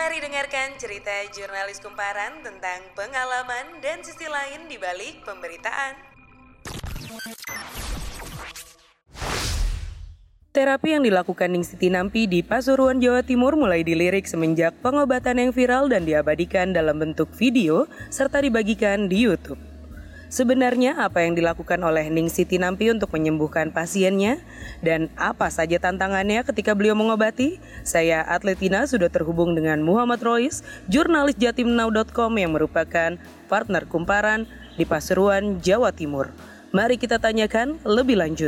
Mari dengarkan cerita jurnalis Kumparan tentang pengalaman dan sisi lain di balik pemberitaan. Terapi yang dilakukan Ningsiti Nampi di Pasuruan, Jawa Timur mulai dilirik semenjak pengobatan yang viral dan diabadikan dalam bentuk video serta dibagikan di YouTube. Sebenarnya apa yang dilakukan oleh Ningsiti Nampi untuk menyembuhkan pasiennya dan apa saja tantangannya ketika beliau mengobati? Saya Atletina sudah terhubung dengan Muhammad Rois, jurnalis jatimnow.com yang merupakan partner Kumparan di Pasuruan, Jawa Timur. Mari kita tanyakan lebih lanjut.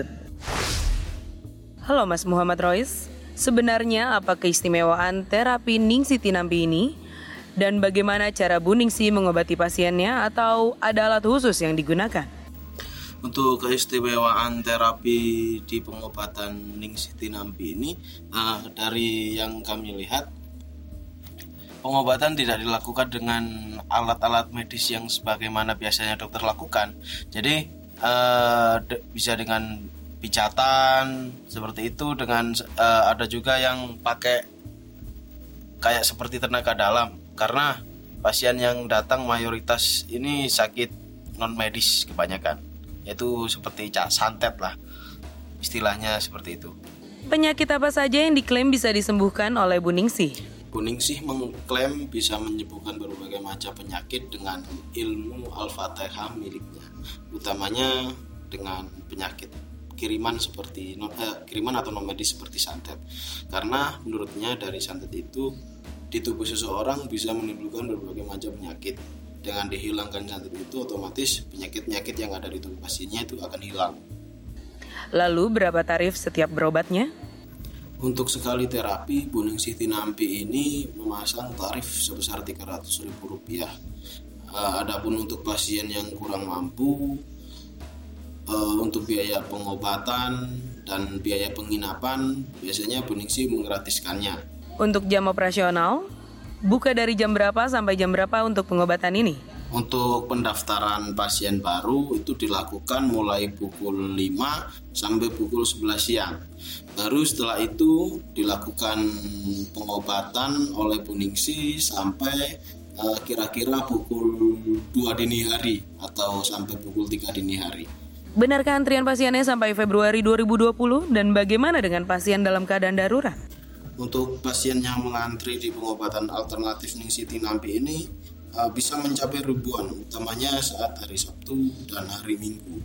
Halo Mas Muhammad Rois, sebenarnya apa keistimewaan terapi Ningsiti Nampi ini? Dan bagaimana cara Bu Ningsi mengobati pasiennya atau ada alat khusus yang digunakan? Untuk keistimewaan terapi di pengobatan Ningsiti Nampi ini, dari yang kami lihat, pengobatan tidak dilakukan dengan alat-alat medis yang sebagaimana biasanya dokter lakukan. Jadi bisa dengan pijatan seperti itu, dengan ada juga yang pakai kayak seperti tenaga dalam. Karena pasien yang datang mayoritas ini sakit non medis kebanyakan, yaitu seperti santet lah, istilahnya seperti itu. Penyakit apa saja yang diklaim bisa disembuhkan oleh Bu Ningsi? Bu Ningsi mengklaim bisa menyembuhkan berbagai macam penyakit dengan ilmu Al-Fatihah miliknya, utamanya dengan penyakit kiriman seperti kiriman atau non medis seperti santet. Karena menurutnya dari santet itu di tubuh seseorang bisa menimbulkan berbagai macam penyakit. Dengan dihilangkan santet itu, otomatis penyakit-penyakit yang ada di tubuh pasiennya itu akan hilang. Lalu berapa tarif setiap berobatnya? Untuk sekali terapi, Bu Ningsiti Nampi ini memasang tarif sebesar Rp300.000. Adapun untuk pasien yang kurang mampu, untuk biaya pengobatan dan biaya penginapan, biasanya Bu Ningsi menggratiskannya. Untuk jam operasional, buka dari jam berapa sampai jam berapa untuk pengobatan ini? Untuk pendaftaran pasien baru itu dilakukan mulai pukul 5 sampai pukul 11 siang. Baru setelah itu dilakukan pengobatan oleh Bu Ningsi sampai kira-kira pukul 2 dini hari atau sampai pukul 3 dini hari. Benarkah antrian pasiennya sampai Februari 2020 dan bagaimana dengan pasien dalam keadaan darurat? Untuk pasien yang mengantri di pengobatan alternatif Ningsiti Nampi ini bisa mencapai ribuan, utamanya saat hari Sabtu dan hari Minggu.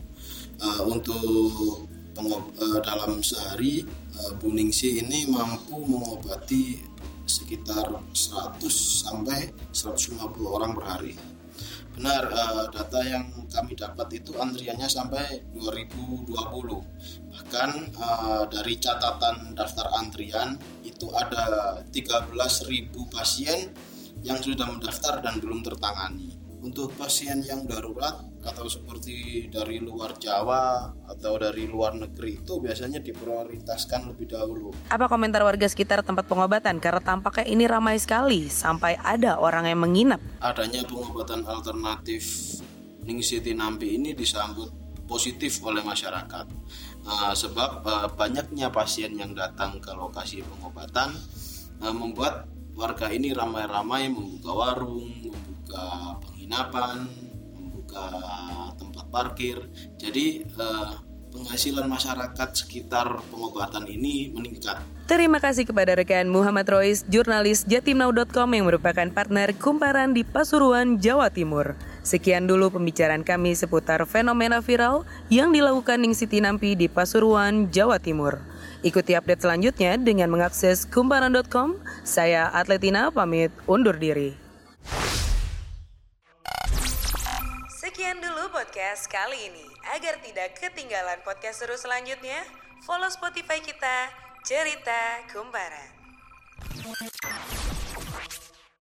Untuk dalam sehari, Bu Ningsi ini mampu mengobati sekitar 100 sampai 150 orang per hari. Benar, data yang kami dapat itu antriannya sampai 2020. Bahkan dari catatan daftar antrian itu ada 13.000 pasien yang sudah mendaftar dan belum tertangani. Untuk pasien yang darurat atau seperti dari luar Jawa atau dari luar negeri itu biasanya diprioritaskan lebih dahulu. Apa komentar warga sekitar tempat pengobatan? Karena tampaknya ini ramai sekali sampai ada orang yang menginap. Adanya pengobatan alternatif Ningsiti Nampi ini disambut positif oleh masyarakat. Sebab banyaknya pasien yang datang ke lokasi pengobatan membuat warga ini ramai-ramai membuka warung, membuka penginapan, membuka tempat parkir. Jadi penghasilan masyarakat sekitar pengobatan ini meningkat. Terima kasih kepada rekan Muhammad Rois, jurnalis jatimnow.com yang merupakan partner Kumparan di Pasuruan, Jawa Timur. Sekian dulu pembicaraan kami seputar fenomena viral yang dilakukan Ningsiti Nampi di Pasuruan, Jawa Timur. Ikuti update selanjutnya dengan mengakses kumparan.com. Saya Atletina pamit undur diri. Sekian dulu podcast kali ini. Agar tidak ketinggalan podcast seru selanjutnya, follow Spotify kita, Cerita Kumparan.